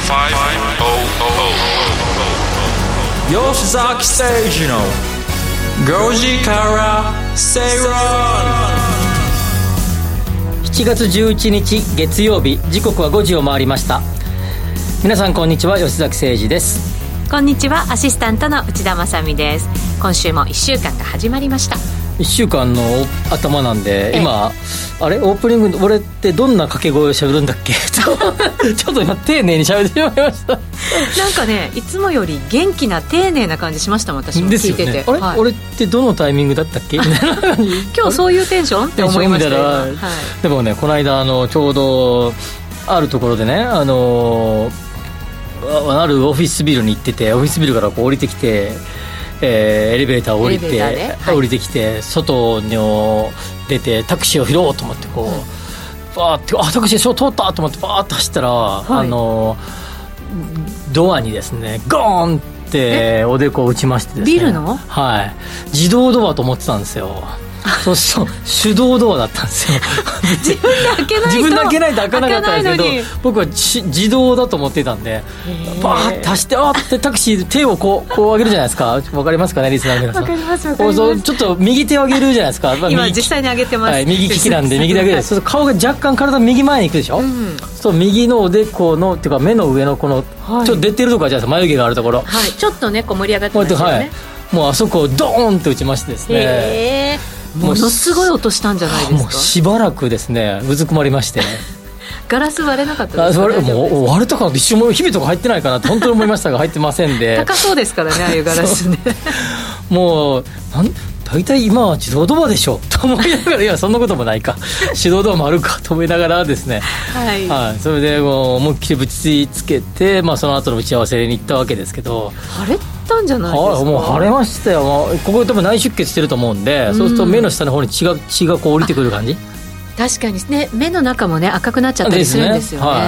吉崎誠二の5時から正論。 7月11日月曜日、時刻は5時を回りました。皆さんこんにちは、吉崎誠二です。 こんにちは、アシスタントの内田まさみです。今週も1週間が始まりました。 1週間の頭なんで、今あれオープニング俺ってどんな掛け声を喋るんだっけちょっと今丁寧に喋ってしまいました。 なんかね、いつもより元気な丁寧な感じしましたもん、私も聞いてて、 ですよね。あれ、俺ってどのタイミングだったっけ今日そういうテンションって思いましたよ、はい、 でもね、この間ちょうどあるところでね、あるオフィスビルに行ってて、オフィスビルからこう降りてきて、エレベーターを降りて、降りてきて、外に出てタクシーを拾おうと思ってこう、バーってタクシー通ったと思ってバーって走ったら、ドアにですねゴーンっておでこを打ちましてですね、 ビルの、 はい、自動ドアと思ってたんですよ。そう手動ドアだったんですよ。 自分で開けないと開かなかったんですけど、 僕は自動だと思ってたんで、バーッて走って、ってタクシー手をこう上げるじゃないですか。わかりますかね、リスナーの皆さん。 わかりますわかります。 ちょっと右手を上げるじゃないですか。 今実際に上げてます、 はい、右利きなんで右手上げる。そうすると顔が若干体右前に行くでしょ、そう右のおでこのっていうか目の上のこの、ちょっと出てるところじゃないですか、眉毛があるところ、はい、 ちょっとねこう盛り上がってますよね、はい、 もうあそこをドーンって打ちましてですね、 ものすごい音したんじゃないですか。 もうしばらくですねうずくまりましてガラス割れなかったですか。 もう割れたかなって、一瞬も日々とか入ってないかなって本当に思いましたが入ってませんで高そうですからね、ああいうガラスねもう大体今は自動ドアでしょと思いながら、いやそんなこともないか手動ドアもあるかと思いながらですね、はいはい、それで思いっきりぶちつけて、その後の打ち合わせに行ったわけですけど、 腫れたんじゃないですか。 もう腫れましたよ。ここ多分内出血してると思うんで、そうすると目の下の方に血がこう降りてくる感じ。 確かにね、目の中もね赤くなっちゃったりするんですよね。はい、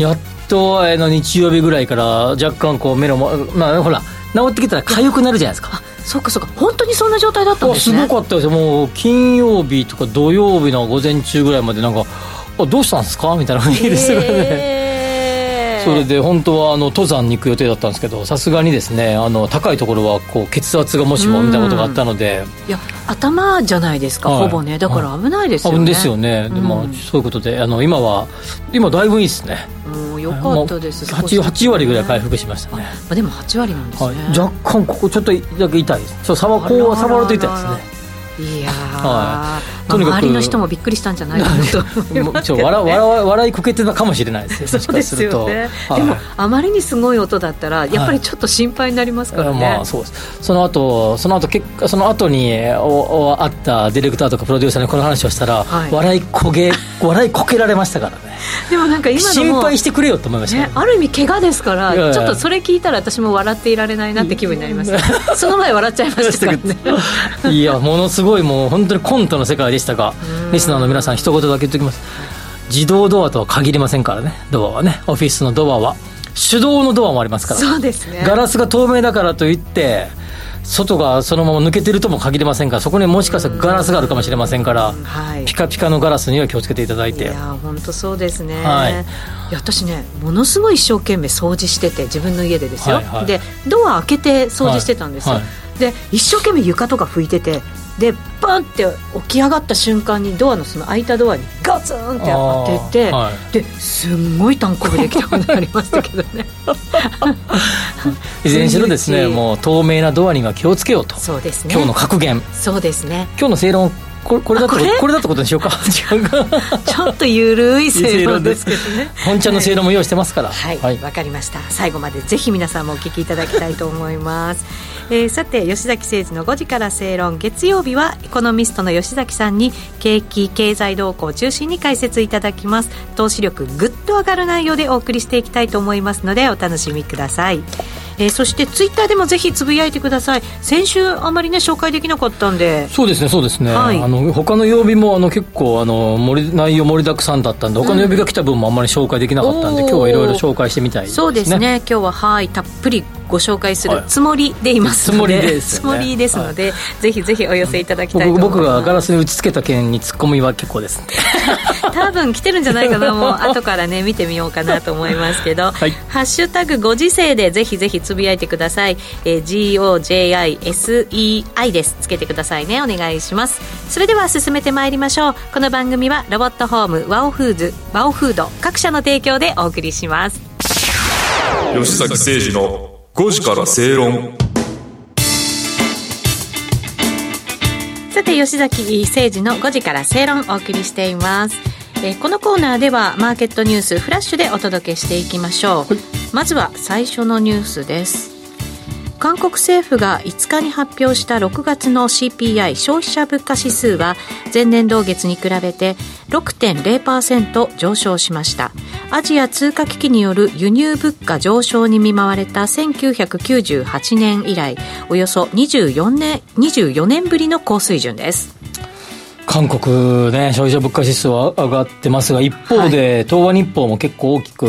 やっと日曜日ぐらいから若干こう目のほら治ってきたら痒くなるじゃないですか。 そうか本当にそんな状態だったんですね。 すごかったですよ。もう金曜日とか土曜日の午前中ぐらいまでなんかどうしたんですかみたいな雰囲気ですよね。それで本当は登山に行く予定だったんですけど、さすがにですね高いところはこう血圧がもしもみたいなことがあったので、 いや頭じゃないですか、ほぼね。だから危ないですよね。 危ですよね。でそういうことで今だいぶいいですね。 よかったです。 8割ぐらい回復しましたね。 でも8割なんですね。 若干ここちょっとだけ痛いです。触ると痛いですね。 いやとにかく周りの人もびっくりしたんじゃないかなと思いますけどね。 笑いこけてたかもしれないですね。そうですよね。でもあまりにすごい音だったらやっぱりちょっと心配になりますからね。 そうです。その後に会ったディレクターとかプロデューサーにこの話をしたら、笑いこけられましたからね。 でもなんか今のも心配してくれよと思いましたね。 ある意味怪我ですから、ちょっとそれ聞いたら私も笑っていられないなって気分になりましたその前笑っちゃいましたからねいやものすごいもう本当にコントの世界でしたが、リスナーの皆さん一言だけ言っておきます。自動ドアとは限りませんからね。ドアはね、オフィスのドアは手動のドアもありますから。 そうですね。 ガラスが透明だからといって外がそのまま抜けてるとも限りませんから、そこにもしかしたらガラスがあるかもしれませんから、ピカピカのガラスには気をつけていただいて。 いや本当そうですね、いや私ねものすごい一生懸命掃除してて、自分の家でですよ、でドア開けて掃除してたんですよ、で一生懸命床とか拭いてて、でバンって起き上がった瞬間にドアのその開いたドアにガツンって当てて、ですんごい単行部できたことがありましたけどねいずれにしろですね、もう透明なドアには気をつけようと。 そうですね。 今日の格言。 そうですね。 今日の正論これだってことにしようかちょっとゆるい正論ですけどね本ちゃんの正論も用意してますから。 わかりました。最後までぜひ皆さんもお聞きいただきたいと思いますさて吉崎誠二の5時から正論、月曜日はエコノミストの吉崎さんに景気経済動向を中心に解説いただきます。投資力ぐっと上がる内容でお送りしていきたいと思いますのでお楽しみください。そしてツイッターでもぜひつぶやいてください。先週あまりね紹介できなかったんで。 そうですね、他の曜日も結構内容盛りだくさんだったんで、他の曜日が来た分もあんまり紹介できなかったんで、今日はいろいろ紹介してみたいですね。 そうですね。今日はたっぷりご紹介するつもりでいますので、 はい、つもりですので、ぜひぜひお寄せいただきたいと思います。 僕がガラスに打ち付けた件にツッコミは結構ですね多分来てるんじゃないかな。もう後からね見てみようかなと思いますけど、はい、ハッシュタグご時世でぜひぜひつぶやいてください。GOJISEI です。つけてくださいね。お願いします。それでは進めてまいりましょう。この番組はロボットホームワオフード各社の提供でお送りします。 吉崎誠二の5時から正論。 さて吉崎誠二の5時から正論をお送りしています。このコーナーではマーケットニュースフラッシュでお届けしていきましょう。まずは最初のニュースです。韓国政府が5日に発表した6月の CPI 消費者物価指数は前年同月に比べて 6.0% 上昇しました。アジア通貨危機による輸入物価上昇に見舞われた1998年以来およそ24年ぶりの高水準です。 韓国ね、消費者物価指数は上がってますが、一方で、東亜日報も結構大きく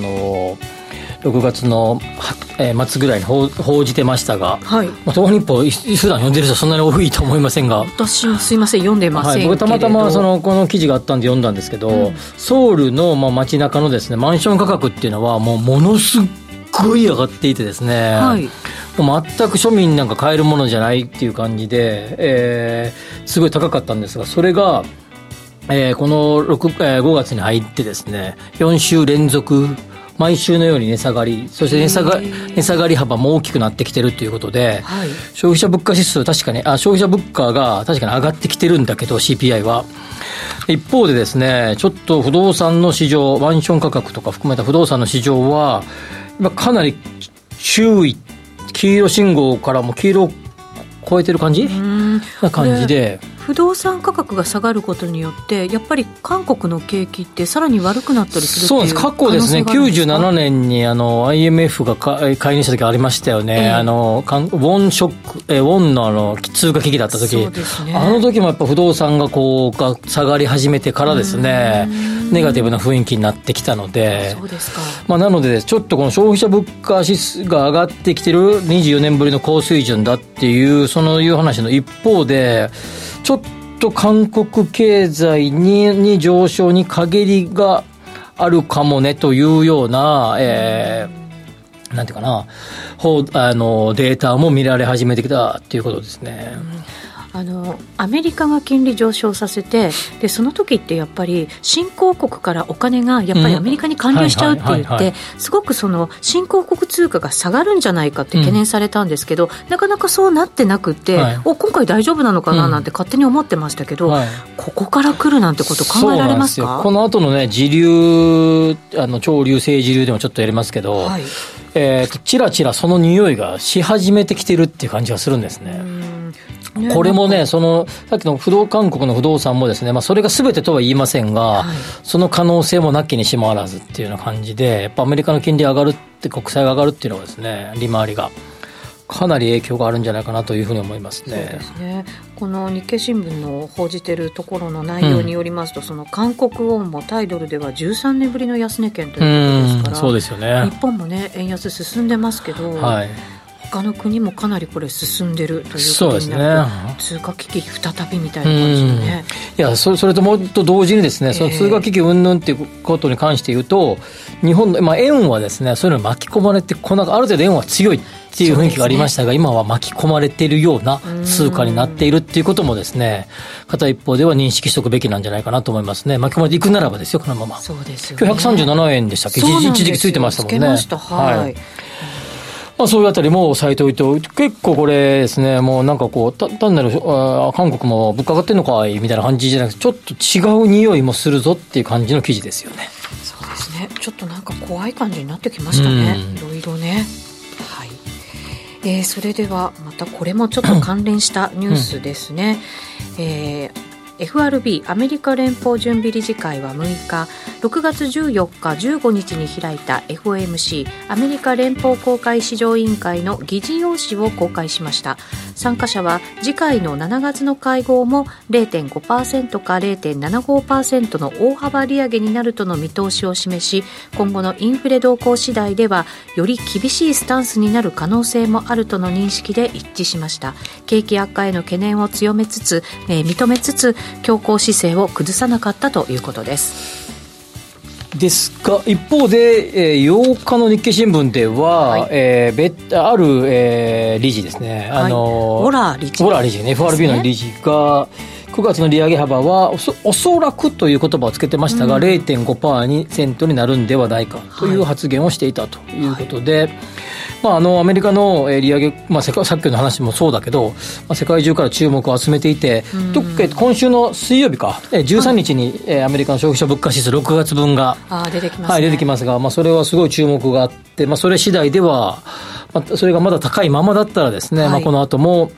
6月の末ぐらいに報じてましたが、はい、東亜日報普段読んでる人そんなに多いと思いませんが、 私もすいません読んでませんけれど、 僕たまたまこの記事があったんで読んだんですけど、ソウルの街中のですねマンション価格っていうのはものすっごい上がっていてですね、はい、もう全く庶民なんか買えるものじゃないっていう感じで、すごい高かったんですが、それが、この5月に入ってですね4週連続毎週のように値下がり、そして値下がり幅も大きくなってきてるということで、はい、消費者物価指数確かに消費者物価が確かに上がってきてるんだけど CPI は一方でですね、ちょっと不動産の市場、マンション価格とか含めた不動産の市場は今かなり周囲黄色信号からも黄色を超えてる感じな感じで、 不動産価格が下がることによってやっぱり韓国の景気ってさらに悪くなったりするっていうそうです。過去ですね、97年にIMF が介入した時ありましたよね、ウォンショック、ウォンの通貨危機だった時、ね、あの時もやっぱ不動産が下がり始めてからですねネガティブな雰囲気になってきたので、 そうですか。 なのでちょっとこの消費者物価指数が上がってきてる24年ぶりの高水準だっていうそういう話の一方で、ちょっと韓国経済に上昇に陰りがあるかもねというような、なんていうかな、データも見られ始めてきたということですね。 アメリカが金利上昇させて、でその時ってやっぱり新興国からお金がやっぱりアメリカに還流しちゃうって言って、すごく新興国通貨が下がるんじゃないかって懸念されたんですけど、なかなかそうなってなくて、今回大丈夫なのかななんて勝手に思ってましたけど、ここから来るなんてこと考えられますか？ この後のね時流潮流政治流でもちょっとやりますけど、ちらちらその匂いがし始めてきてるっていう感じがするんですね。これもね、さっきの韓国の不動産もですね、それが全てとは言いませんが、その可能性もなきにしもあらずっていうような感じで、やっぱアメリカの金利上がるって、国債が上がるっていうのはですね、利回りがかなり影響があるんじゃないかなというふうに思いますね。 そうですね。この日経新聞の報じているところの内容によりますと、その韓国ウォンも対ドルでは13年ぶりの安値圏ということですから、 そうですよね。 日本もね円安進んでますけど、他の国もかなりこれ進んでるということになると、通貨危機再びみたいな感じでね。 いや、それともっと同時にですね、その通貨危機云々っていうことに関して言うと、日本の、円はですね、そういうのに巻き込まれてある程度円は強いっていう雰囲気がありましたが、今は巻き込まれているような通貨になっているっていうこともですね、片一方では認識しておくべきなんじゃないかなと思いますね。巻き込まれていくならばですよ、このまま。 そうですよね。 今日137円でしたっけ？一時期ついてましたもんね。つけました。 はい。 そういうあたりも押さえておいて、結構これですね、もうなんか単なる韓国も物価上がってんのかいみたいな感じじゃなくて、ちょっと違う匂いもするぞっていう感じの記事ですよね。 そうですね。ちょっとなんか怖い感じになってきましたね。いろいろね。はい。それではまたこれもちょっと関連したニュースですね。 FRB アメリカ連邦準備理事会は6日6月14日15日に開いた FOMC アメリカ連邦公開市場委員会の議事要旨を公開しました。参加者は次回の7月の会合も 0.5% か 0.75% の大幅利上げになるとの見通しを示し、今後のインフレ動向次第ではより厳しいスタンスになる可能性もあるとの認識で一致しました。景気悪化への懸念を強めつつ、認めつつ強硬姿勢を崩さなかったということです。 ですが一方で、8日の日経新聞では、はいある、理事ですね、 はい、オラ理事ね、 FRB の理事が9月の利上げ幅はおそらくという言葉をつけてましたが、0.5% になるんではないかという発言をしていたということで、アメリカの利上げ、さっきの話もそうだけど、世界中から注目を集めていて、今週の水曜日か13日に、アメリカの消費者物価指数6月分が出てきますね。 出てきますが、それはすごい注目があって、それ次第では、それがまだ高いままだったらですね、この後も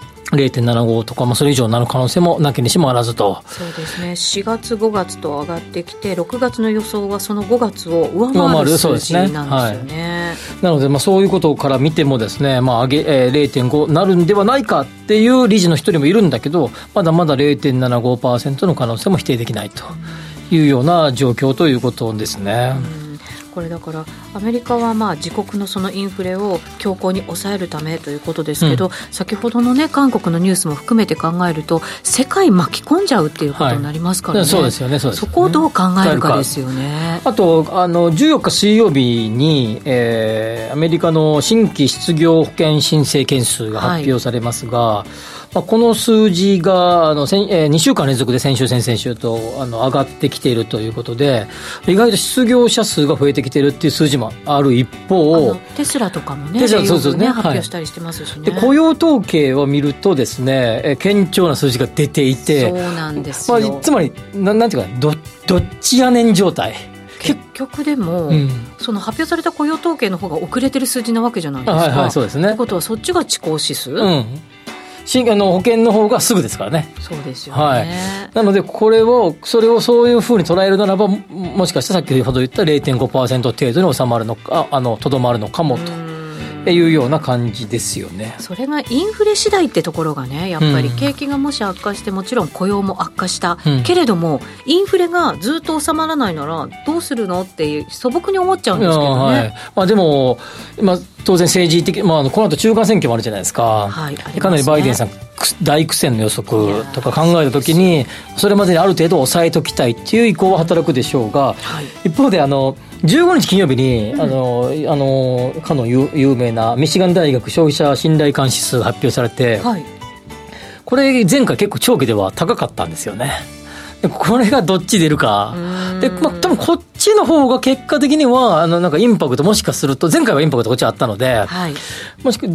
0.75 とか、それ以上になる可能性もなきにしもあらずと。 そうですね。4月5月と上がってきて、6月の予想はその5月を上回る数字なんですよね。 なので、そういうことから見てもですね、0.5 なるんではないかっていう理事の一人もいるんだけど、まだまだ 0.75% の可能性も否定できないというような状況ということですね。 これだからアメリカは自国のそのインフレを強硬に抑えるためということですけど、先ほどのね韓国のニュースも含めて考えると世界巻き込んじゃうっていうことになりますからね。 そうですよね。そこをどう考えるかですよね。 あと14日水曜日に、アメリカの新規失業保険申請件数が発表されますが、この数字が2週間連続で先週先々週と上がってきているということで、意外と失業者数が増えてきているっていう数字もある一方、 テスラとかもね、 そうですね、 発表したりしてますしね。 で雇用統計を見るとですね、顕著な数字が出ていて、 そうなんですよ。 つまりなんていうかどっちやねん状態。 結局でも、その発表された雇用統計の方が遅れてる数字なわけじゃないですか。 そうですね。 ということはそっちが遅行指数、 保険の方がすぐですからね。 そうですよね。 なのでそれをそういうふうに捉えるならば、もしかしたら先ほど言った 0.5% 程度に収まるのかとどまるのかもというような感じですよね。 それがインフレ次第ってところがね、やっぱり景気がもし悪化して、もちろん雇用も悪化した、けれどもインフレがずっと収まらないならどうするのっていう素朴に思っちゃうんですけどね。 でも当然政治的、この後中間選挙もあるじゃないですか。かなりバイデンさん大苦戦の予測とか考えたときに、それまでにある程度抑えときたいっていう意向は働くでしょうが、一方で15日金曜日に、かの有名なミシガン大学消費者信頼感指数が発表されて、これ前回結構長期では高かったんですよね。でこれがどっち出るかで、多分こっちの方が結果的にはなんかインパクト、もしかすると前回はインパクトこっちあったので、もしくは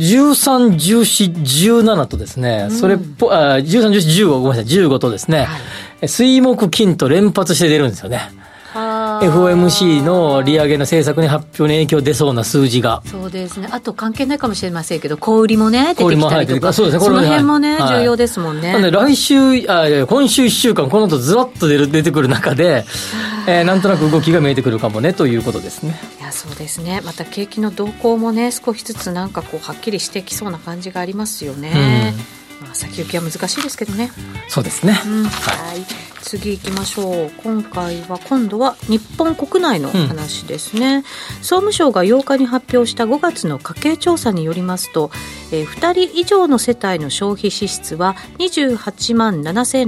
13、14、17とですね、それっぽ13、14、15、ごめんなさい、15とですね、水木金と連発して出るんですよね。FOMC の利上げの政策に発表に影響出そうな数字が。 そうですね。あと関係ないかもしれませんけど、小売りもね出てきたりとか、 そうですね、 その辺もね、重要ですもんね。 なんで今週1週間この後ずらっと出てくる中で、なんとなく動きが見えてくるかもねということですね。 いや、そうですね。また景気の動向もね、少しずつなんかはっきりしてきそうな感じがありますよね。先行きは難しいですけどね。 そうですね。 次行きましょう。今度は日本国内の話ですね。総務省が8日に発表した5月の家計調査によりますと、2人以上の世帯の消費支出は28万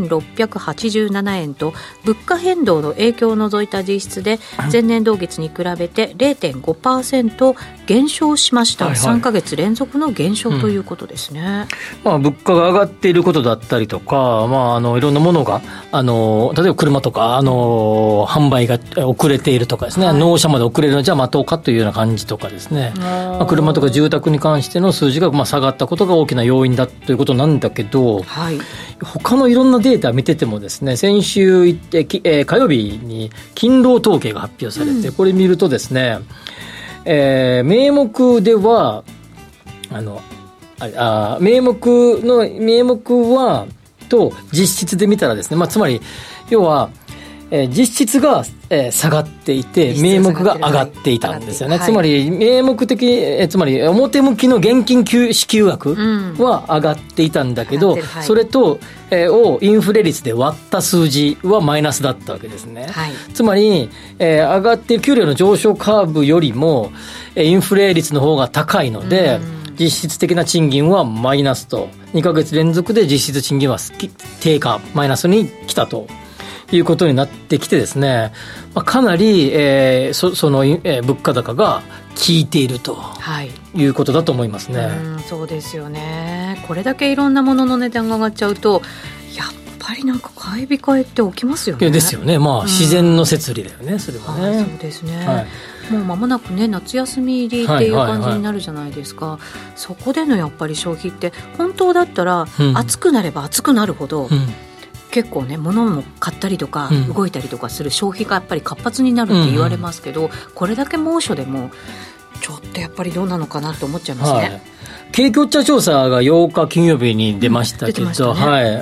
7687円と、物価変動の影響を除いた実質で前年同月に比べて 0.5% 減少しました。3ヶ月連続の減少ということですね。 物価が上がっていることだったりとか、いろんなものが例えば車とか販売が遅れているとかですね、納車まで遅れるのじゃ待とうかというような感じとかですね、車とか住宅に関しての数字が下がったことが大きな要因だということなんだけど、他のいろんなデータ見ててもですね、先週火曜日に勤労統計が発表されて、これ見るとですね、名目では名目はと実質で見たらですね、つまり要は実質が下がっていて名目が上がっていたんですよね、つまり名目的つまり表向きの現金支給額は上がっていたんだけど、それとをインフレ率で割った数字はマイナスだったわけですね、つまり上がっている給料の上昇カーブよりもインフレ率の方が高いので、実質的な賃金はマイナスと、2ヶ月連続で実質賃金は低下マイナスに来たということになってきてですね、かなり、その、物価高が効いているということだと思いますね、 そうですよね。これだけいろんなものの値段が上がっちゃうとやっぱりなんか買い控えって起きますよね。 ですよね、自然の摂理だよね、それはね、 そうですね、もう間もなくね夏休み入りっていう感じになるじゃないですか、そこでのやっぱり消費って本当だったら、暑くなれば暑くなるほど、結構ね物も買ったりとか動いたりとかする消費がやっぱり活発になるって言われますけど、これだけ猛暑でもちょっとやっぱりどうなのかなと思っちゃいますね、 景気ウォッチャー調査が8日金曜日に出ましたけど、こ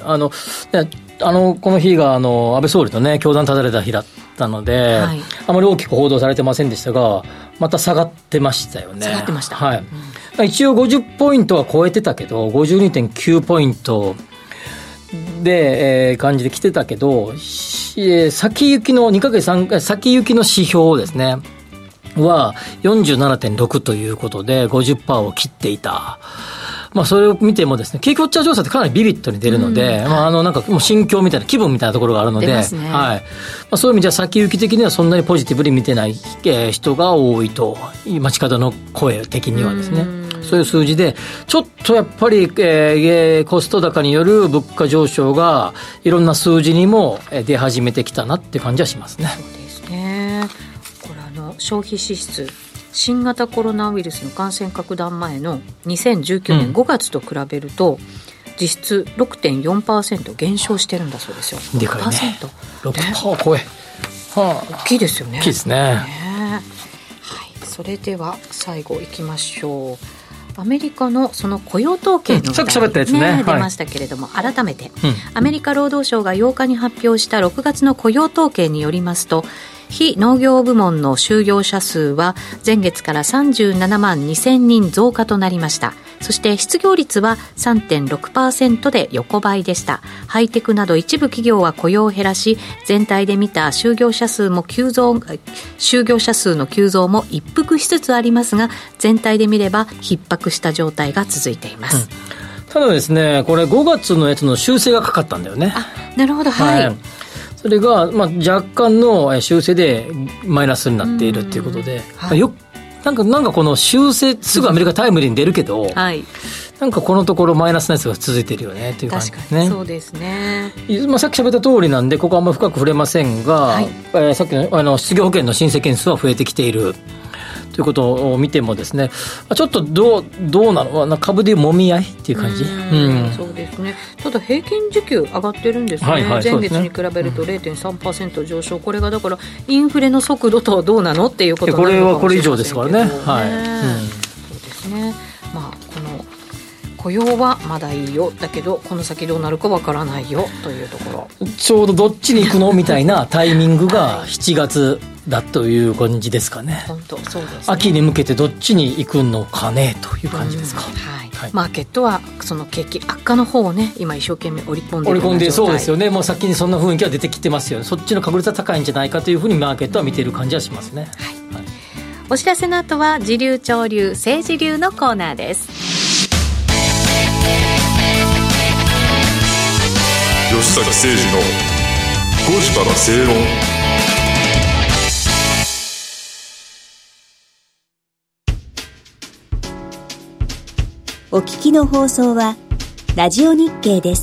の日が安倍総理とね教団立たれた日だったので、あまり大きく報道されてませんでしたが、また下がってましたよね。 下がってました、 一応50ポイントは超えてたけど 52.9 ポイントで、感じで来てたけど、先行きの2ヶ月先行きの指標ですねは 47.6 ということで 50% を切っていた。それを見てもですね、景気ウォッチャー調査ってかなりビビッドに出るので、なんかもう心境みたいな気分みたいなところがあるので、そういう意味では先行き的にはそんなにポジティブに見てない人が多いと、街角の声的にはですね、そういう数字でちょっとやっぱり、コスト高による物価上昇がいろんな数字にも出始めてきたなって感じはしますね。 そうですね。これ消費支出、新型コロナウイルスの感染拡大前の2019年5月と比べると、実質 6.4% 減少してるんだそうですよ。 でかいね。6% 超え、 大きいですよね。 大きいですね。 それでは最後いきましょう。アメリカのその雇用統計のさっき喋ったやつね、 出ましたけれども、改めて、アメリカ労働省が8日に発表した6月の雇用統計によりますと、非農業部門の就業者数は前月から37万2000人増加となりました。そして失業率は 3.6% で横ばいでした。ハイテクなど一部企業は雇用を減らし、全体で見た就業者数の急増も一服しつつありますが、全体で見れば逼迫した状態が続いています、 ただですね、これ5月のやつの修正がかかったんだよね。 なるほど、 それが、若干の修正でマイナスになっているということで、なんかこの修正すぐアメリカタイムリーに出るけど、なんかこのところマイナスなやつが続いているよねという感じですね。 確かにそうですね。 さっき喋った通りなんでここはあんまり深く触れませんが、さっきの失業保険の申請件数は増えてきているということを見てもですね、ちょっとどうなの、株でもみ合いっていう感じ。 そうですね。ただ平均時給上がってるんですね、前月に比べると 0.3% 上昇、これがだからインフレの速度とはどうなのっていうことになるのかもしれませんけど、 これはこれ以上ですからね。 そうですね。この雇用はまだいいよだけどこの先どうなるかわからないよというところ、 ちょうどどっちに行くのみたいなタイミングが7月だという感じですかね。 本当そうですね。 秋に向けてどっちに行くのかねという感じですか。 マーケットはその景気悪化の方をね今一生懸命織り込んでいるような状態。 そうですよね。もう先にそんな雰囲気は出てきてますよね。そっちの確率は高いんじゃないかというふうにマーケットは見ている感じはしますね。 お知らせの後は時流潮流政治流のコーナーです。 吉坂誠二の5時から正論。 お聞きの放送はラジオ日経です。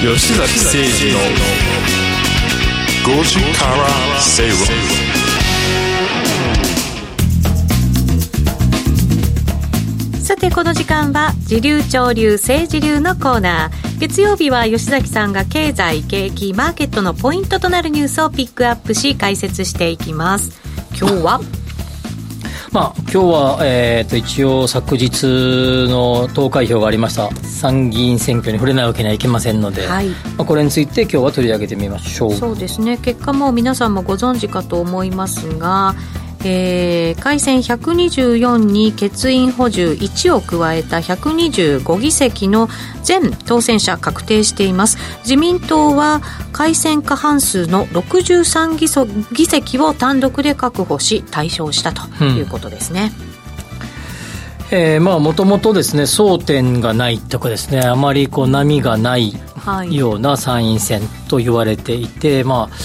吉崎誠二の5時から正論。 さてこの時間は時流潮流政治流のコーナー。月曜日は吉崎さんが経済景気マーケットのポイントとなるニュースをピックアップし解説していきます。今日は今日は、一応昨日の投開票がありました参議院選挙に触れないわけにはいけませんので、はい、これについて今日は取り上げてみましょう。 そうですね、結果も皆さんもご存知かと思いますが、改選124に欠員補充1を加えた125議席の全当選者確定しています。自民党は改選過半数の63議席を単独で確保し大勝したということですね。 もともとですね争点がないとかですねあまり波がないような参院選と言われていて、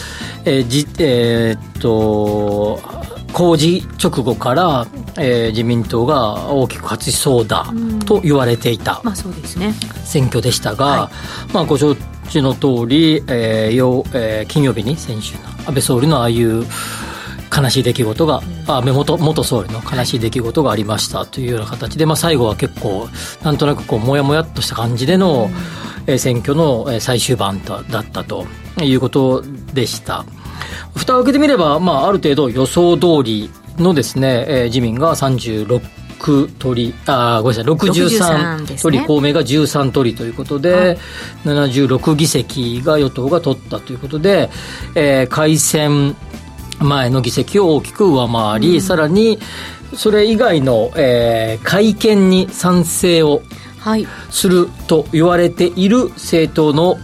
公示直後から、自民党が大きく勝ちそうだと言われていたそうですね選挙でしたが、ご承知の通り、金曜日に先週の安倍総理のああいう悲しい出来事が、安倍元総理の悲しい出来事がありましたというような形で、最後は結構なんとなくもやもやっとした感じでの、選挙の最終盤だったということでした。蓋を開けてみれば、ある程度予想通りのですね、自民が36取り、63取り、公明が13取りということで、76議席が与党が取ったということで、改選前の議席を大きく上回り、さらにそれ以外の、改憲に賛成をすると言われている政党の、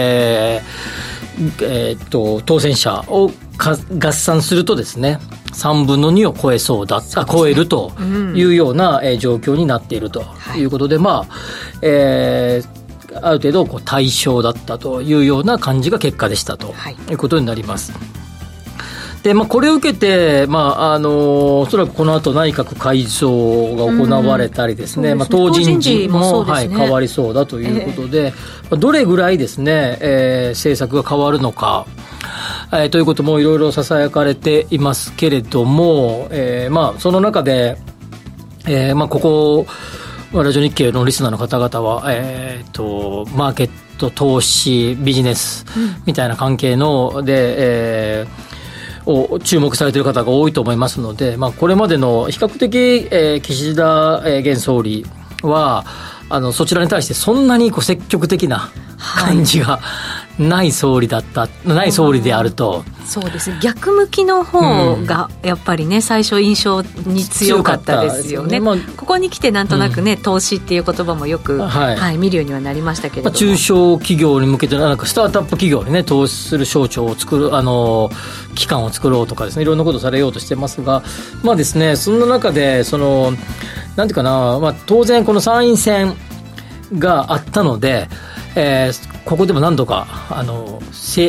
当選者を合算するとですね3分の2を超えるというような、状況になっているということで、ある程度対象だったというような感じが結果でしたということになります。でこれを受けて、おそらくこの後内閣改造が行われたりですね、党人事も変わりそうだということで、どれぐらいですね、政策が変わるのか、ということもいろいろささやかれていますけれども、その中で、ここラジオ日経のリスナーの方々は、マーケット投資ビジネスみたいな関係ので、を注目されている方が多いと思いますので、これまでの比較的、岸田現総理はそちらに対してそんなに積極的な感じがない総理であると、 そうですね、逆向きの方がやっぱりね、最初印象に強かったですよね。ここに来てなんとなくね、投資っていう言葉もよく、見るようにはなりましたけれども、 中小企業に向けてスタートアップ企業にね投資する省庁を作る機関を作ろうとかですね、いろんなことをされようとしてますが、ですね、そんな中でなんていうかな、当然この参院選があったので、ここでも何度か今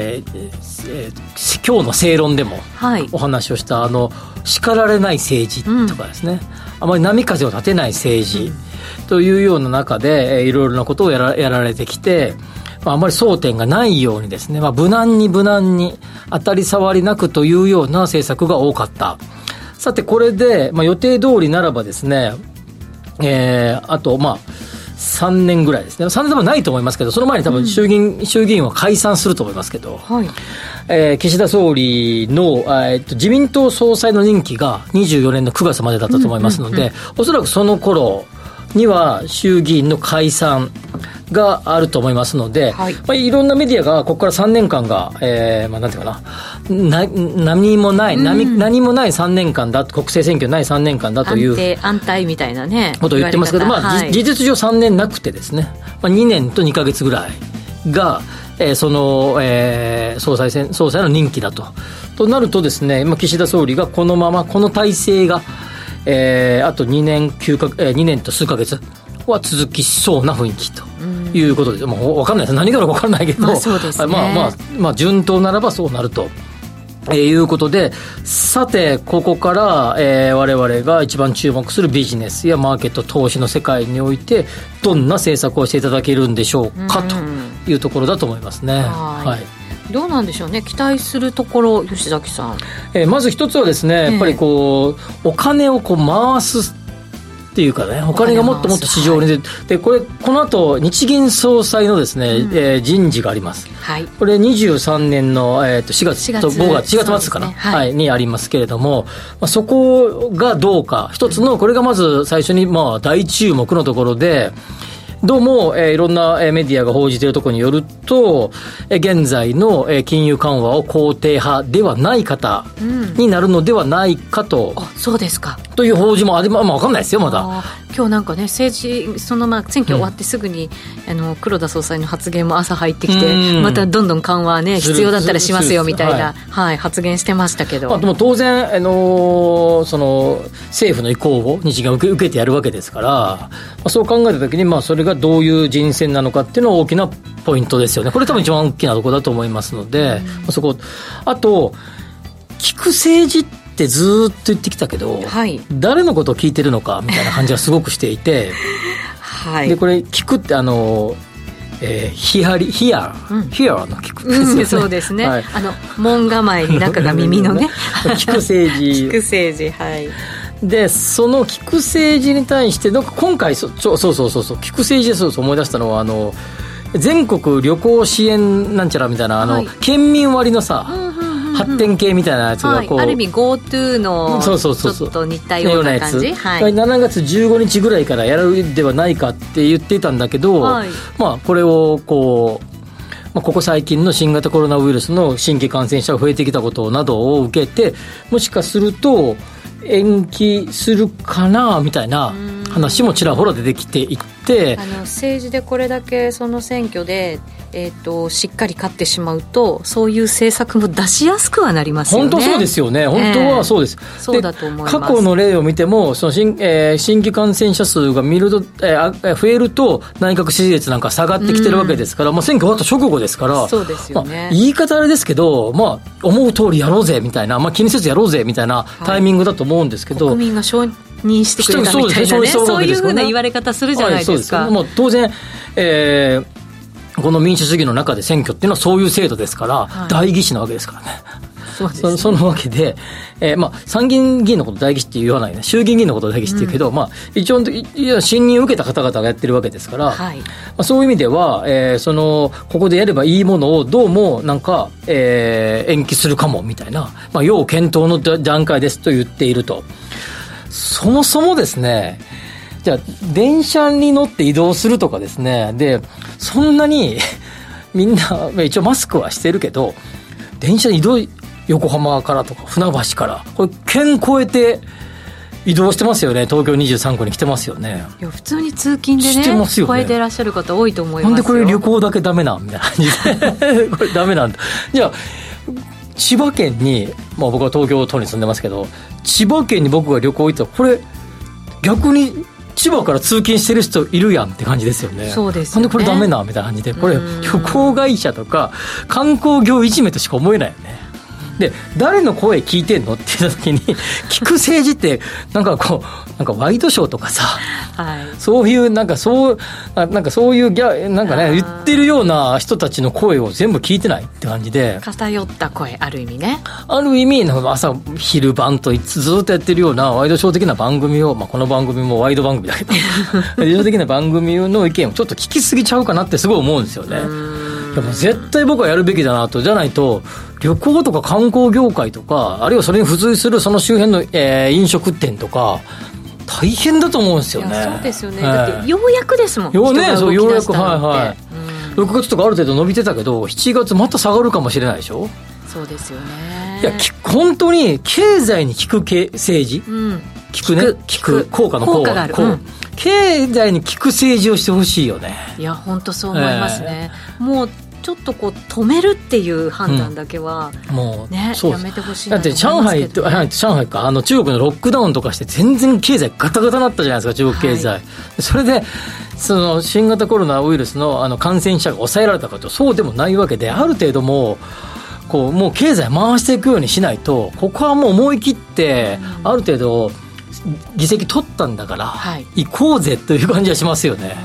日の正論でもお話をした、叱られない政治とかですね、あまり波風を立てない政治というような中で、いろいろなことをやられてきて、あまり争点がないようにですね、無難に当たり障りなくというような政策が多かった。さてこれで、予定通りならばですね、あと3年ぐらいですね。3年はないと思いますけど、その前に多分衆議院は解散すると思いますけど、岸田総理の、自民党総裁の任期が24年の9月までだったと思いますので、おそらくその頃には衆議院の解散があると思いますので、いろんなメディアがここから3年間が、なんていうかな、何もない3年間だ、国政選挙ない3年間だという安泰みたいなねことを言ってますけど、事実上3年なくてですね、2年と2ヶ月ぐらいが、総裁の任期だとなるとですね、岸田総理がこのままこの体制が、あと2年と数ヶ月は続きそうな雰囲気ということで、もう分かんないです、何から分からないけど、 そうですね、 順当ならばそうなるということで、さてここから、我々が一番注目するビジネスやマーケット投資の世界においてどんな政策をしていただけるんでしょうかというところだと思いますね。はい、 どうなんでしょうね、期待するところ、吉崎さん。 まず一つはですね、やっぱりこうお金をこう回すっていうかね、お金がもっともっと市場に出て、でこの後日銀総裁のですね、人事があります。はい、これ23年の、4月と5月末かな、はい、にありますけれども、そこがどうか一つの、これがまず最初に大注目のところで、どうも、いろんなメディアが報じているところによると、現在の金融緩和を肯定派ではない方になるのではないかと、 そうですかという報じも分かんないですよまだ。 今日なんかね、政治選挙終わってすぐに、黒田総裁の発言も朝入ってきて、またどんどん緩和ね必要だったらしますよみたいな、発言してましたけど、 でも当然、その政府の意向を日銀が受けてやるわけですから、そう考えたときに、それがどういう人選なのかっていうのは大きなポイントですよね。これ多分一番大きなところだと思いますので、そこ、あと聞く政治ってずっと言ってきたけど、誰のことを聞いてるのかみたいな感じはすごくしていて、でこれ聞くってヒアの聞くですね、 そうですね、門構えに中が耳のね聞く政治聞く政治、 でその聞く政治に対して今回そう聞く政治で思い出したのは全国旅行支援なんちゃらみたいな県民割のさ、発展系みたいなやつがこう、 ある意味 GoTo のちょっと似たような感じ、 7月15日ぐらいからやるではないかって言っていたんだけど、これをここ最近の新型コロナウイルスの新規感染者が増えてきたことなどを受けて、もしかすると延期するかなみたいな話もちらほら出てきていって、 政治でこれだけその選挙で、しっかり勝ってしまうと、そういう政策も出しやすくはなりますよね。 本当そうですよね、本当はそうです、 そうだと思います。 過去の例を見てもその新規感染者数が見ると、増えると内閣支持率なんか下がってきてるわけですから、選挙終わった直後ですから、 そうですよね、 言い方あれですけど、思う通りやろうぜみたいな、気にせずやろうぜみたいなタイミングだと思うんですけど、 国民が承認してくれたみたいなね、そういうふうな言われ方するじゃないですか。 当然、この民主主義の中で選挙っていうのはそういう制度ですから、代議士なわけですからね。 そうですね。 そのわけで、参議院議員のことを代議士って言わないね、衆議院議員のことを代議士って言うけど、一応信任を受けた方々がやってるわけですから、そういう意味では、ここでやればいいものをどうもなんか、延期するかもみたいな、要検討の段階ですと言っていると。そもそもですね、じゃあ電車に乗って移動するとかですね、でそんなにみんな一応マスクはしてるけど、電車に移動、横浜からとか船橋からこれ県越えて移動してますよね。東京23区に来てますよね。 いや普通に通勤でね、 してますよね、 越えてらっしゃる方多いと思いますよ。 なんでこれ旅行だけダメなんみたいな感じでこれダメなんだ。じゃあ千葉県に、僕は東京都に住んでますけど、千葉県に僕が旅行行ったら、これ逆に千葉から通勤してる人いるやんって感じですよね。 そうですよね。 なんでこれダメなみたいな感じで、これ旅行会社とか観光業いじめとしか思えないよね。で誰の声聞いてんのって言った時に聞く政治ってなんかワイドショーとかさ、そういうそういう言ってるような人たちの声を全部聞いてないって感じで、 偏った声、ある意味ね、 ある意味朝昼晩とずっとやってるようなワイドショー的な番組を、この番組もワイド番組だけどワイドショー的な番組の意見をちょっと聞きすぎちゃうかなってすごい思うんですよね。でも絶対僕はやるべきだなと。じゃないと旅行とか観光業界とか、あるいはそれに付随するその周辺の、飲食店とか大変だと思うんですよね。 そうですよね、だってようやくですもん、人が動き出したのって。 ようやく、6月とかある程度伸びてたけど、7月また下がるかもしれないでしょ。 そうですよね。 いや本当に経済に効く政治、効く効果の効果がある、経済に効く政治をしてほしいよね。 いや本当そう思いますね。もうちょっと止めるっていう判断だけは、もうね、やめてほしいなと思いますけど、ね、だって上海か中国のロックダウンとかして全然経済ガタガタになったじゃないですか、中国経済、それでその新型コロナウイルスの感染者が抑えられたかと、そうでもないわけで、ある程度もう経済回していくようにしないと、ここはもう思い切ってある程度議席取ったんだから、行こうぜという感じはしますよね。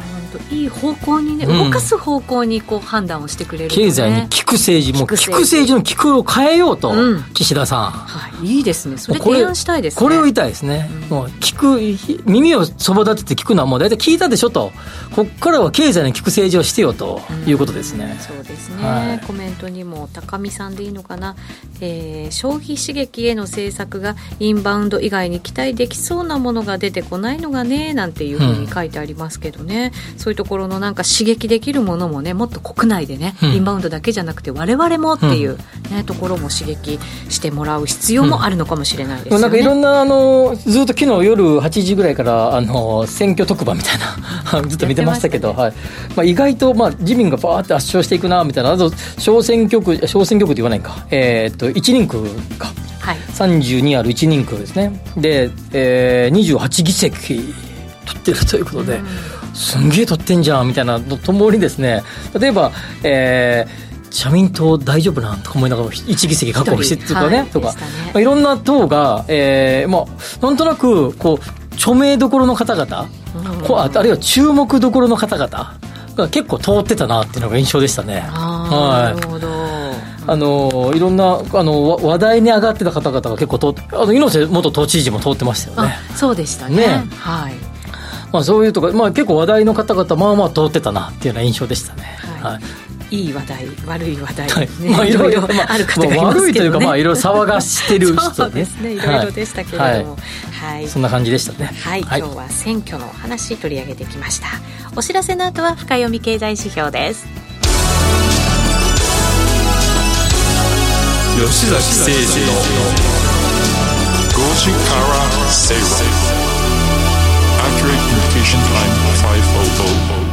いい方向にね、動かす方向にこう判断をしてくれるとね、 経済に効く政治、もう効く政治の効くを変えようと、岸田さん、はい、 いいですね。それ提案したいですね。 これを言いたいですね、もう聞く、耳をそば立てて聞くのはもう大体聞いたでしょと、ここからは経済に効く政治をしてよということですね。 そうですね、 はい、 コメントにも高見さんでいいのかな、消費刺激への政策がインバウンド以外に期待できそうなものが出てこないのがねなんていうふうに書いてありますけどね、そういうところのなんか刺激できるものもね、もっと国内でね、インバウンドだけじゃなくて我々もっていう、ね、ところも刺激してもらう必要もあるのかもしれないですよね。 なんかいろんなずっと昨日夜8時ぐらいから選挙特番みたいなずっと見てましたけど、はい、まあ、意外と、まあ、自民がバーって圧勝していくなみたいな、あと小選挙区って言わないか、1人区か、はい、32ある1人区ですね。で、28議席取ってるということで、すんげえ取ってんじゃんみたいなのともにですね、例えば、社民党大丈夫なんとか思いながら1議席確保してとかね、とか、まあ、いろんな党が、まあ、なんとなくこう著名どころの方々、あるいは注目どころの方々が結構通ってたなっていうのが印象でしたね。 なるほど。 いろんな話題に上がってた方々が結構通って、猪瀬元都知事も通ってましたよね。 そうでしたね。はい。 まあ、そういうとか、まあ、結構話題の方々まあまあ通ってたなっていうような印象でしたね。はい。 いい話題、悪い話題、ね、 はい、まあ、いろいろある方がいますけどね、まあ、悪いというか、まあ、いろいろ騒がしてる人ね。 そうですね、いろいろでしたけれども、はいはい、そんな感じでしたね。 はい、はい、今日は選挙の話取り上げてきました。お知らせの後は深読み経済指標です。 吉崎誠二の5時から正論 Accurate Communication Time 500。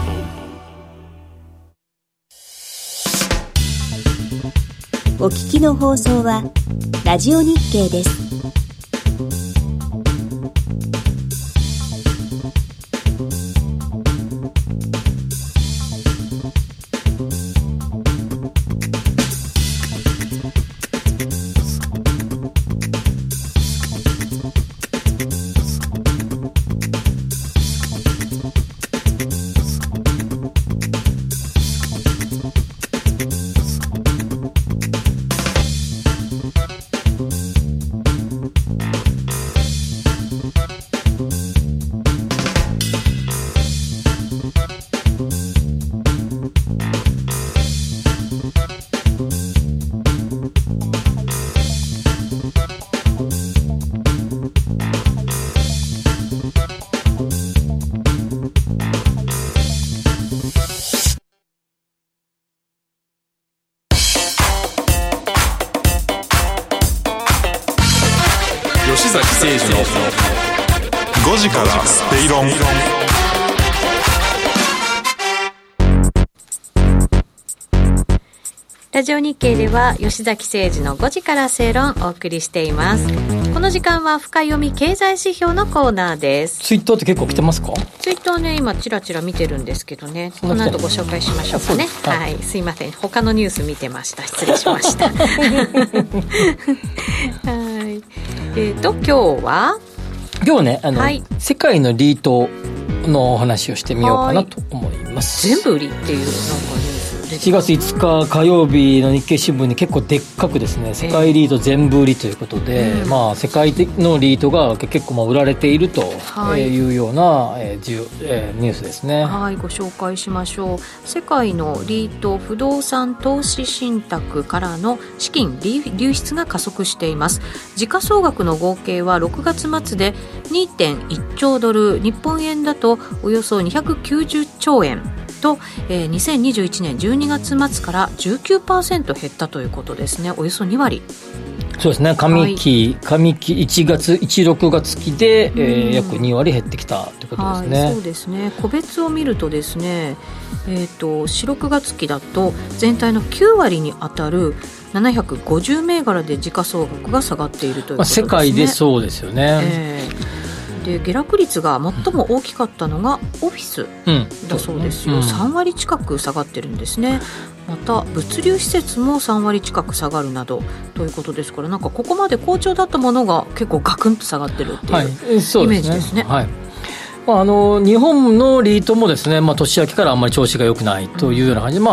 お聞きの放送はラジオ日経です。 吉崎誠二の5時から正論。 ラジオ日経では吉崎誠二の5時から正論をお送りしています。この時間は深読み経済指標のコーナーです。 ツイッターって結構来てますか？ ツイッターね、今チラチラ見てるんですけどね、この後ご紹介しましょうかね。はい、すいません、他のニュース見てました。失礼しましたはい。今日はね、はい、世界のリートのお話をしてみようかなと思います。 全部売りっていうなんか 4月5日火曜日の日経新聞に結構でっかくですね、世界リート全部売りということで、まあ、世界のリートが結構まあ売られているというような、ニュースですね。 はい、ご紹介しましょう。世界のリート不動産投資信託からの資金流出が加速しています。時価総額の合計は6月末で 2.1 兆ドル、日本円だとおよそ290兆円と、2021年12月末から 19% 減ったということですね。およそ2割。 そうですね。上期1月16月期で、約2割減ってきたということですね。 はい、そうですね。個別を見るとですね、4、6月期だと全体の9割に当たる750銘柄で時価総額が下がっているということですね。 世界でそうですよね。 で下落率が最も大きかったのがオフィスだそうですよ。3割近く下がってるんですね。また物流施設も3割近く下がるなどということですから、なんかここまで好調だったものが結構ガクンと下がってるっていう、イメージですね。 はい。 日本のリートもですね、年明けからあんまり調子が良くないというような感じで、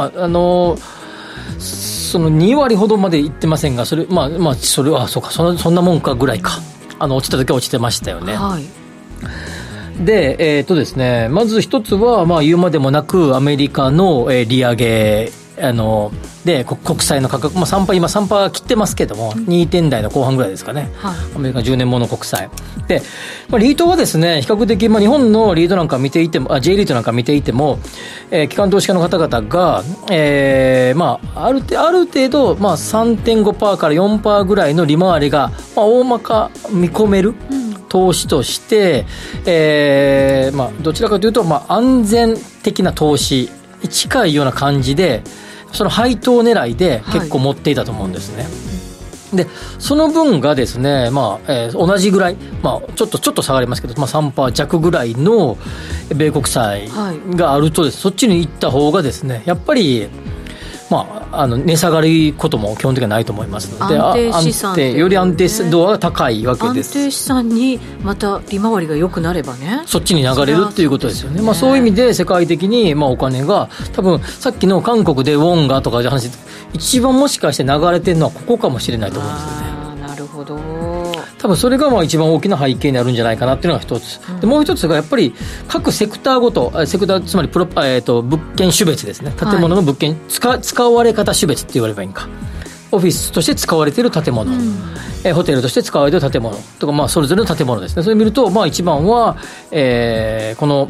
その2割ほどまでいってませんが、それそれはそうか、そんなもんかぐらいか、落ちた時は落ちてましたよね。 はい。 で、ですね、まず一つは、言うまでもなくアメリカの、利上げで国債の価格、今 3% 切ってますけども、2点台の後半ぐらいですかね、はい、アメリカ10年もの国債で、リートはですね比較的、日本のリートなんか見ていてもJ リートなんか見ていても、機関投資家の方々が、ある程度、3.5% から 4% ぐらいの利回りが、大まか見込める、投資として、どちらかというと、安全的な投資に近いような感じで、その配当狙いで結構持っていたと思うんですね、はい、でその分がですね、同じぐらい、ちょっと下がりますけど、3% 弱ぐらいの米国債があるとです、そっちに行った方がですね、やっぱり値下がることも基本的にはないと思いますので、 安定資産っていうね、 より安定度が高いわけです。 安定資産にまた利回りが良くなればね、 そっちに流れるっていうことですよね。そういう意味で世界的にお金が多分さっきの韓国でウォンがとかいう話、一番もしかして流れてるのはここかもしれないと思うんですよね。 なるほど。 多分それが一番大きな背景にあるんじゃないかなっていうのが一つ、でもう一つがやっぱり各セクターごと、セクターつまり物件種別ですね、建物の物件、使われ方種別って言われればいいんか、オフィスとして使われている建物、ホテルとして使われている建物とか、それぞれの建物ですね。それを見ると、一番は、この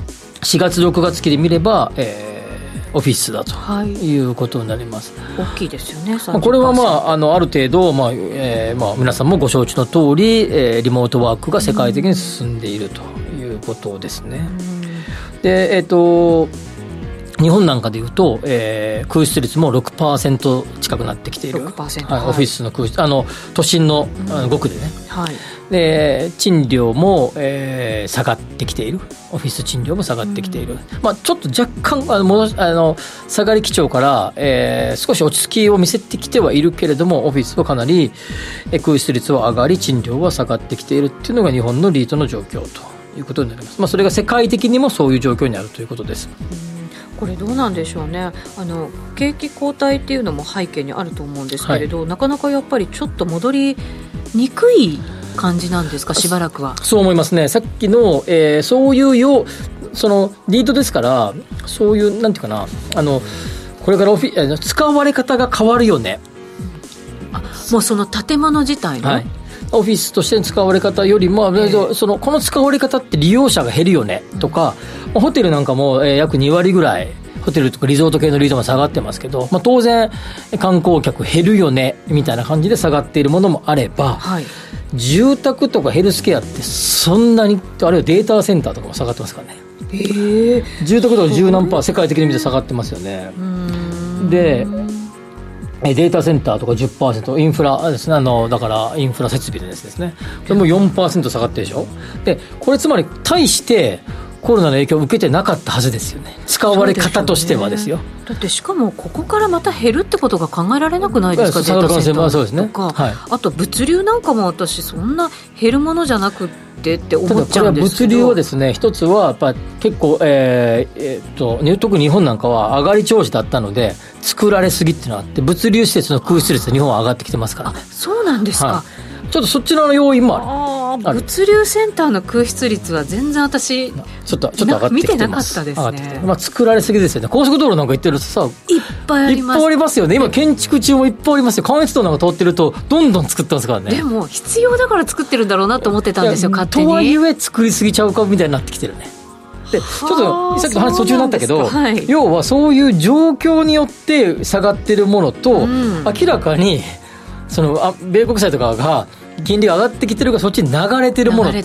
4月6月期で見れば、オフィスだということになります、 大きいですよね。 これはある程度、皆さんもご承知の通り、リモートワークが世界的に進んでいるということですね。で、日本なんかでいうと、空室率も 6% 近くなってきている、 6%、 はい、オフィスの空室、都心の5区でね、 はい、 で賃料も、下がってきている、オフィス賃料も下がってきている、ちょっと若干下がり基調から、少し落ち着きを見せてきてはいるけれども、オフィスはかなり、空室率は上がり賃料は下がってきているっていうのが日本のリートの状況ということになります。それが世界的にもそういう状況にあるということです。 これどうなんでしょうね。景気後退っていうのも背景にあると思うんですけれど、なかなかやっぱりちょっと戻りにくい感じなんですか、しばらくは。 そう思いますね。さっきの、そういうそのリートですから、そういうなんていうかな、これから使われ方が変わるよね。 もうその建物自体の、 オフィスとしての使われ方よりも、この使われ方って利用者が減るよねとか、ホテルなんかも、約2割ぐらいホテルとかリゾート系のリートも下がってますけど、当然観光客減るよねみたいな感じで下がっているものもあれば、住宅とかヘルスケアってそんなに、あるいはデータセンターとかも下がってますからね。住宅とか10何%世界的に見て下がってますよね。でデータセンターとか 10%、インフラですね、だからインフラ設備ですね、これも 4% 下がってるでしょ。でこれつまり対してコロナの影響を受けてなかったはずですよね、使われ方としてはですよ。 だってしかもここからまた減るってことが考えられなくないですか、データセンターとか、あと物流なんかも私そんな減るものじゃなくって思っちゃうんですけど、 物流はですね、一つはやっぱ結構、特に日本なんかは上がり調子だったので作られすぎっていうのがあって、物流施設の空室率で日本は上がってきてますからね。 そうなんですか、 ちょっとそっちの要因もある。 物流センターの空室率は全然私ちょっと上がってきてます。 見てなかったですね。 作られすぎですよね。高速道路なんか行ってるとさ、 いっぱいあります。 いっぱいありますよね。今建築中もいっぱいありますよ。関越道なんか通ってるとどんどん作ってますからね。 でも必要だから作ってるんだろうなと思ってたんですよ、勝手に。 とはいえ作りすぎちゃうかみたいになってきてるね。でちょっとさっきの話途中になったけど、要はそういう状況によって下がってるものと、明らかに米国債とかが金利が上がってきてるがそっちに流れてるものと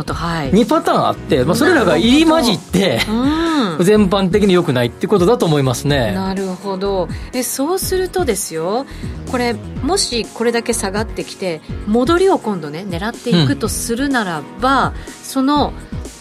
2パターンあって、それらが入り混じって全般的に良くないってことだと思いますね。 なるほど。そうするとですよ、これもしこれだけ下がってきて戻りを今度ね狙っていくとするならば、その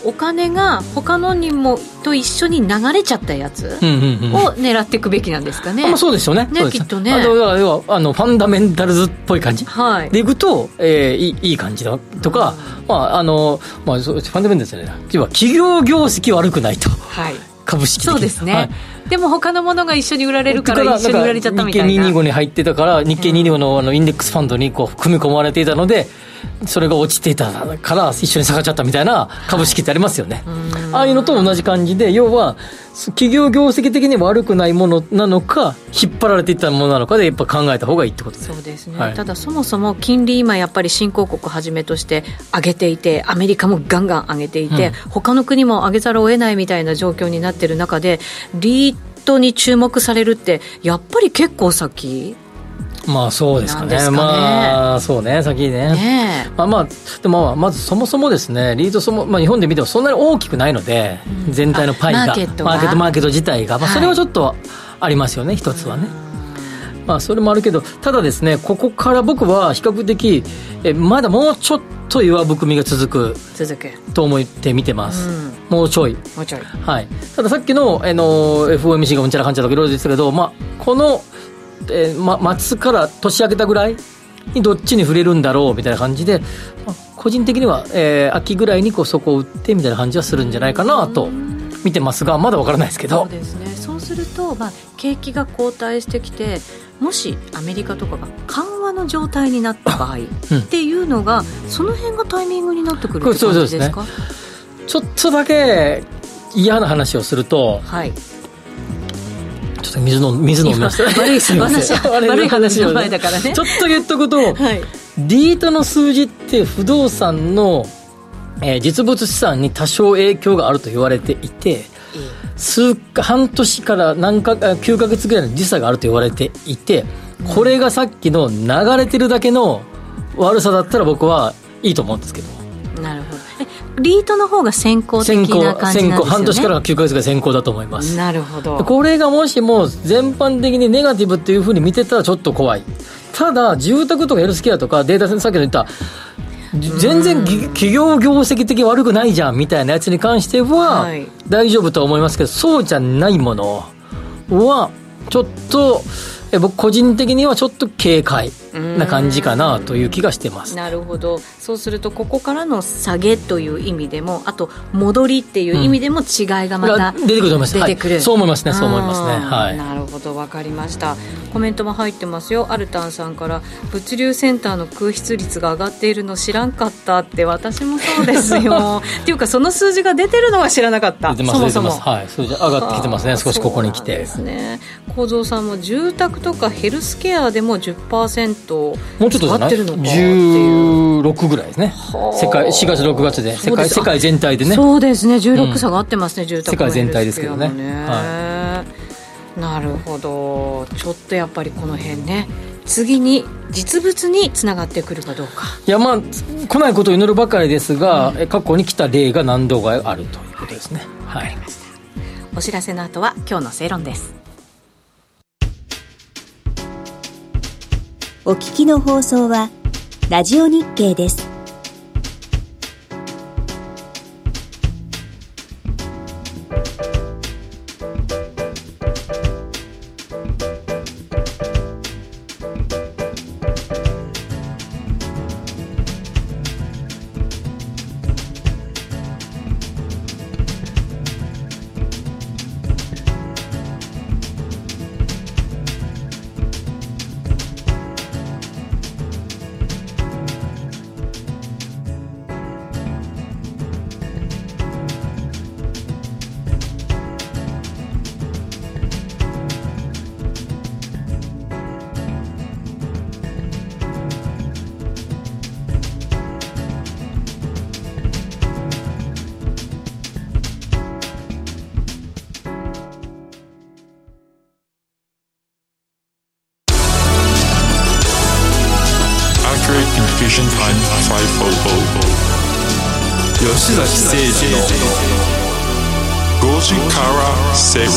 お金が他のにもと一緒に流れちゃったやつを狙っていくべきなんですかね。 そうですよね。 ね、きっとね。 要はファンダメンタルズっぽい感じ、 はい、 でいくと、いい感じだとか、ファンダメンタルズじゃないな、要は企業業績悪くないと、はい、株式的にそうですね、 はい、 でも他のものが一緒に売られるから一緒に売られちゃったみたいな。 日経225に入ってたから日経225のインデックスファンドにこう組み込まれていたので、それが落ちていたから一緒に下がっちゃったみたいな株式ってありますよね、はい、ああいうのと同じ感じで、要は企業業績的に悪くないものなのか引っ張られていったものなのかでやっぱ考えた方がいいってことです。 そうですね、 はい、 ただそもそも金利今やっぱり新興国はじめとして上げていて、アメリカもガンガン上げていて、他の国も上げざるを得ないみたいな状況になっている中でリートに注目されるってやっぱり結構先そうですかね。そうね、先ね。でもまずそもそもですね、リート日本で見てもそんなに大きくないので、全体のパイがマーケット自体が、それはちょっとありますよね、一つはね。それもあるけど、ただですね、ここから僕は比較的まだもうちょっと弱含みが続くと思って見てます、もうちょい、はい、たださっきの、FOMC がうんちゃらかんちゃらとかいろいろ言ってたけど、この末から年明けたぐらいにどっちに触れるんだろうみたいな感じで、個人的には、秋ぐらいにそこを打ってみたいな感じはするんじゃないかなと見てますが、まだ分からないですけど。 そうですね。そうすると、景気が後退してきて、もしアメリカとかが緩和の状態になった場合っていうのが、その辺がタイミングになってくるって感じですか？ ちょっとだけ嫌な話をすると、はい、ちょっと水飲みました悪い話の前だからね。 ちょっと言っとくと、はい、リートの数字って不動産の、実物資産に多少影響があると言われていて、半年から9ヶ月ぐらいの時差があると言われていて、これがさっきの流れてるだけの悪さだったら僕はいいと思うんですけど。 なるほど。リートの方が先行的な感じなんですよね。 半年から9ヶ月が先行だと思います。 なるほど。 これがもしも全般的にネガティブっていうふうに見てたらちょっと怖い。ただ住宅とかヘルスケアとかデータセンター、さっきの言った全然企業業績的悪くないじゃんみたいなやつに関しては大丈夫とは思いますけど、そうじゃないものはちょっと僕個人的にはちょっと警戒な感じかなという気がしてます。 なるほど。そうするとここからの下げという意味でも、あと戻りっていう意味でも違いがまた出てくると思います。 出てくる、 はい、そう思いますね。そう思いますね。はい。 なるほど、分かりました。コメントも入ってますよ。アルタンさんから、物流センターの空室率が上がっているの知らんかったって。私もそうですよっていうか、その数字が出てるのは知らなかった。 出てます、そもそも、はい、数字上がってきてますね。少しここに来てですね。構造さんも住宅とかヘルスケアでも 10% もうちょっとじゃない、16ぐらいですね。世界4月6月で世界全体でね。 そうですね、16下がってますね、住宅世界全体ですけどね。 はい、なるほど。ちょっとやっぱりこの辺ね、次に実物につながってくるかどうか。 いや、来ないことを祈るばかりですが、過去に来た例が何度かあるということですね。はい。 お知らせの後は今日の正論です。 お聞きの放送はラジオ日経です。 Communication Time 500吉崎誠二の5時から正論。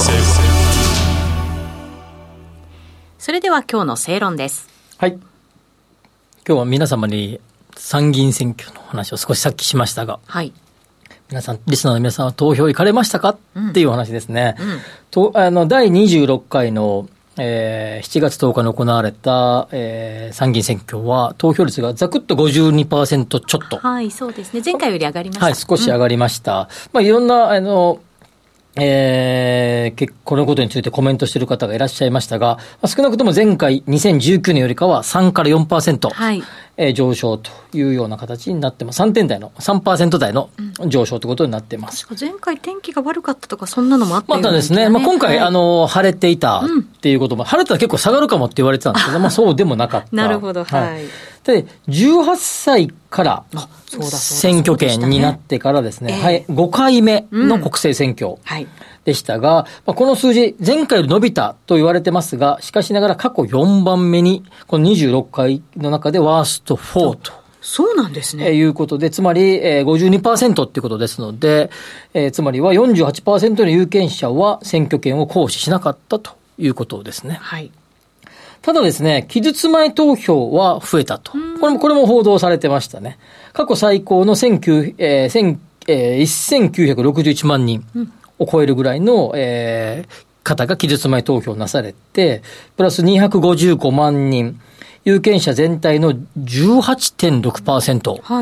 それでは今日の正論です。 はい。今日は皆様に参議院選挙の話を少しさっきしましたが、 はい、 皆さん、リスナーの皆さんは投票行かれましたか、っていうお話ですね。第26回の、7月10日に行われた、参議院選挙は投票率がざくっと 52% ちょっと。 はい、そうですね。前回より上がりました。 はい、少し上がりました。いろんな、このことについてコメントしている方がいらっしゃいましたが、少なくとも前回2019年よりかは3から 4%、はい上昇というような形になってます。3% 台の上昇ということになっています。 前回天気が悪かったとかそんなのもあったような、ね。 ですね。今回、はい、晴れていたっていうことも、晴れたら結構下がるかもって言われてたんですけど、そうでもなかった。 なるほど、はい。 で、18歳から選挙権になってからですね、はい、5回目の国政選挙でしたが、この数字、前回より伸びたと言われてますが、しかしながら過去4番目に、この26回の中でワースト4と。 そうなんですね。 いうことで、つまり、52% っていうことですので、つまりは 48% の有権者は選挙権を行使しなかったということですね。はい。ただですね、期日前投票は増えたと。これも報道されてましたね。過去最高の1961万人を超えるぐらいの、方が期日前投票なされて、プラス255万人、有権者全体の 18.6%、はい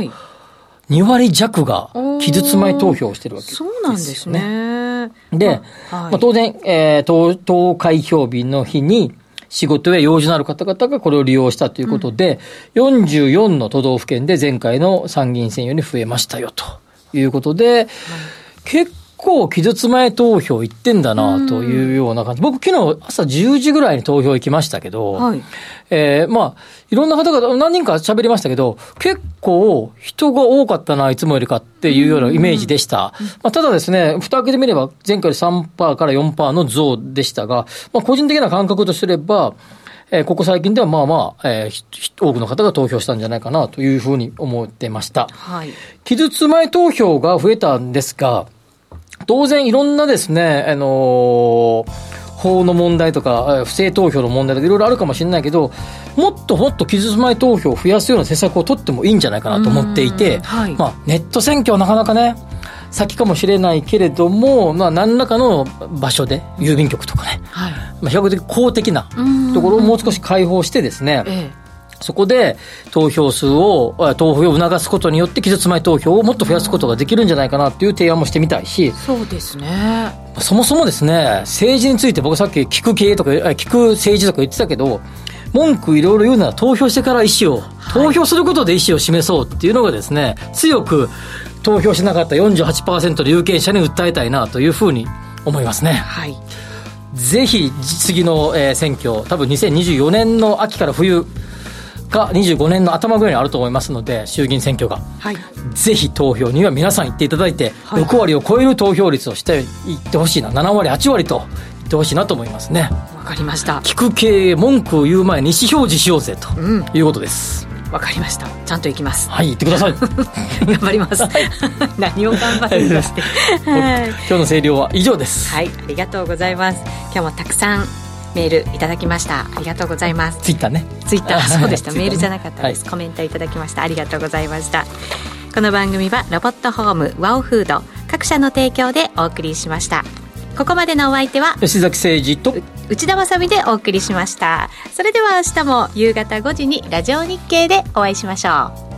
、2割弱が期日前投票をしてるわけですよね。 そうなんですね。 で、はい当然、投開票日の日に仕事や用事のある方々がこれを利用したということで、44の都道府県で前回の参議院選より増えましたよということで、結構期日前投票行ってんだなというような感じ。僕昨日朝10時ぐらいに投票行きましたけど、はいいろんな方々何人か喋りましたけど、結構人が多かったな、いつもよりかっていうようなイメージでした。ただですね、蓋開けてみれば前回より 3% から 4% の増でしたが、個人的な感覚とすれば、ここ最近では多くの方が投票したんじゃないかなというふうに思ってました。はい。期日前投票が増えたんですが、当然いろんなですね、法の問題とか不正投票の問題とかいろいろあるかもしれないけど、もっと期日前投票を増やすような施策を取ってもいいんじゃないかなと思っていて、はい、ネット選挙はなかなかね先かもしれないけれども、何らかの場所で郵便局とかね、はい比較的公的なところをもう少し開放してですね、そこで投票を促すことによって期日前投票をもっと増やすことができるんじゃないかなっていう提案もしてみたいし、 そうですね。 そもそもですね、政治について僕さっき聞く経営とか聞く政治とか言ってたけど、文句いろいろ言うなら投票してから投票することで意思を示そうっていうのがですね、強く投票しなかった 48% の有権者に訴えたいなというふうに思いますね。はい。ぜひ次の選挙、多分2024年の秋から冬が25年の頭ぐらいにあると思いますので、衆議院選挙が、はい、ぜひ投票には皆さん行っていただいて、はい、6割を超える投票率をしていってほしいな、7割8割と言ってほしいなと思いますね。 わかりました。 聞く経営、文句を言う前に意思表示しようぜということです。 わかりました。ちゃんと行きます。 はい、行ってください。 頑張ります。何を頑張るんだって。 はい、今日の声量は以上です。 はい、ありがとうございます。今日もたくさんメールいただきました。ありがとうございます。 ツイッターね。 ツイッター、そうでした。メールじゃなかったです、はい。コメントいただきました。ありがとうございました。この番組はロボットホームワオフード各社の提供でお送りしました。ここまでのお相手は吉崎誠二と内田まさみでお送りしました。それでは明日も夕方5時にラジオ日経でお会いしましょう。